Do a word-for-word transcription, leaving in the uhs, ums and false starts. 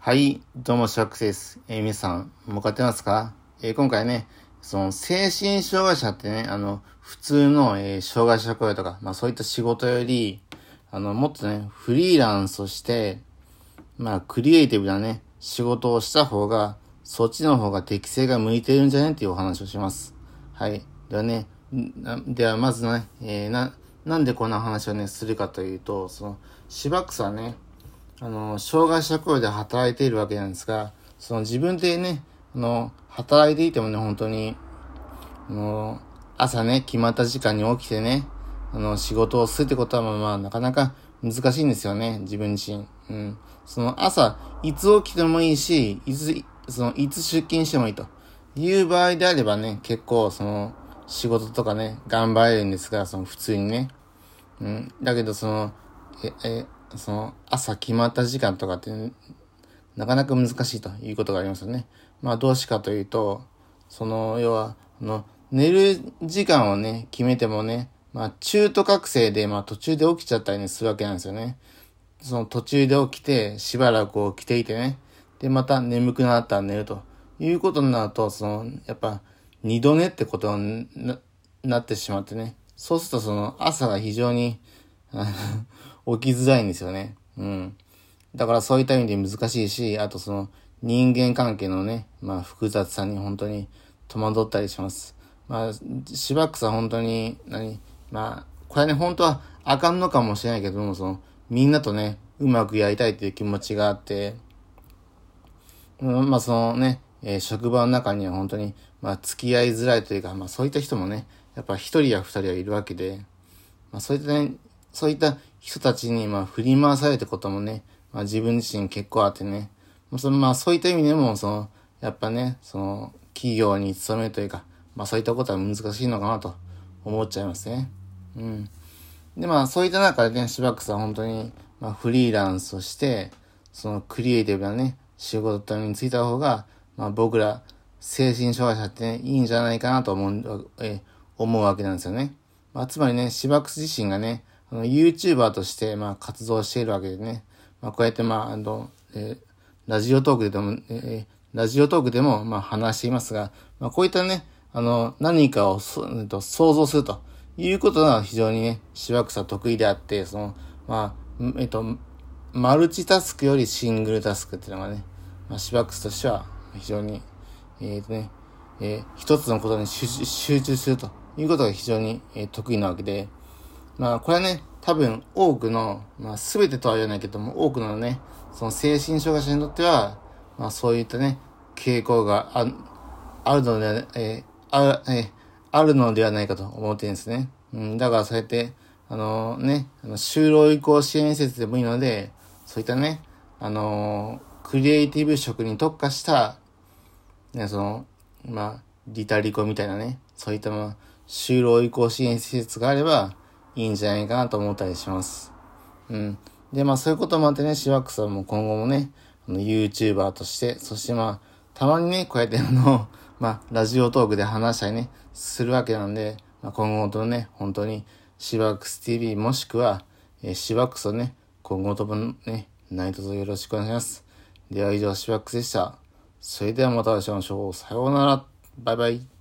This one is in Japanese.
はい、どうも、シャックスです。えー、皆さん、向かってますか？えー、今回ね、その、精神障害者ってね、あの、普通の、えー、障害者雇用とか、まあそういった仕事より、あの、もっとね、フリーランスとして、まあ、クリエイティブなね、仕事をした方が、そっちの方が適性が向いてるんじゃねっていうお話をします。はい。ではね、ではまずね、えー、な、なんでこんな話をね、するかというと、その、しばらくさね、あの、障害者雇用で働いているわけなんですが、その自分でね、あの、働いていてもね、本当に、あの、朝ね、決まった時間に起きてね、あの、仕事をするってことはまあまあ、なかなか難しいんですよね、自分自身。うん。その朝、いつ起きてもいいし、いつ、その、いつ出勤してもいいという場合であればね、結構、その、仕事とかね、頑張れるんですが、その、普通にね。うん。だけど、その、え、え、その、朝決まった時間とかって、なかなか難しいということがありますよね。まあ、どうしかというと、その、要は、あの、寝る時間をね、決めてもね、まあ、中途覚醒で、まあ、途中で起きちゃったりね、するわけなんですよね。その途中で起きて、しばらく起きていてね、で、また眠くなったら寝るということになると、その、やっぱ、二度寝ってことに な, なってしまってね。そうすると、その、朝が非常に、起きづらいんですよね。うん。だからそういった意味で難しいし、あとその人間関係のね、まあ複雑さに本当に戸惑ったりします。まあ、しばらくさ本当に、何まあ、これはね、本当はあかんのかもしれないけども、その、みんなとね、うまくやりたいっていう気持ちがあって、うん、まあそのね、えー、職場の中には本当に、まあ付き合いづらいというか、まあそういった人もね、やっぱ一人や二人はいるわけで、まあそういったね、そういった人たちにまあ振り回されたこともね、まあ自分自身結構あってね、まあそのまあそういった意味でも、その、やっぱね、その、企業に勤めるというか、まあそういったことは難しいのかなと思っちゃいますね。うん。でまあそういった中でね、しばらくさん本当に、まあフリーランスとして、そのクリエイティブなね、仕事に就いた方が、まあ僕ら、精神障害者ってね、いいんじゃないかなと思う、え思うわけなんですよね。まあ、つまりね、しばくす自身がね、あの YouTuber として、まあ、活動しているわけでね、まあ、こうやって、まあ、あの、えー、ラジオトークでも、えー、ラジオトークでも、まあ、話していますが、まあ、こういったね、あの、何かをそ、えっと、想像するということが非常にね、しばくさ得意であって、その、まあ、えっと、マルチタスクよりシングルタスクっていうのがね、まあ、しばくすとしては非常に、えっとね、えー、一つのことに集中するということが非常に、えー、得意なわけで、まあこれはね、多分多くの、まあ全てとは言わないけども、多くのね、その精神障害者にとっては、まあそういったね、傾向がああるのでは、えー、あえー、あるのではないかと思っているんですね。うん、だからそうやって、あのー、ね、あの就労移行支援施設でもいいので、そういったね、あのー、クリエイティブ職に特化した、ね、その、まあ、リタリコみたいなね、そういったまあ、就労移行支援施設があればいいんじゃないかなと思ったりします。うん。で、まあそういうこともあってね、シワックさんも今後もね、あの、YouTuber として、そしてまあ、たまにね、こうやってあの、まあ、ラジオトークで話したりね、するわけなんで、まあ、今後とね、本当に、シワックス ティーブイ もしくは、えー、シワックスをね、今後ともね、何卒よろしくお願いします。では以上、シワックスでした。それではまたお会いしましょう。さようなら。バイバイ。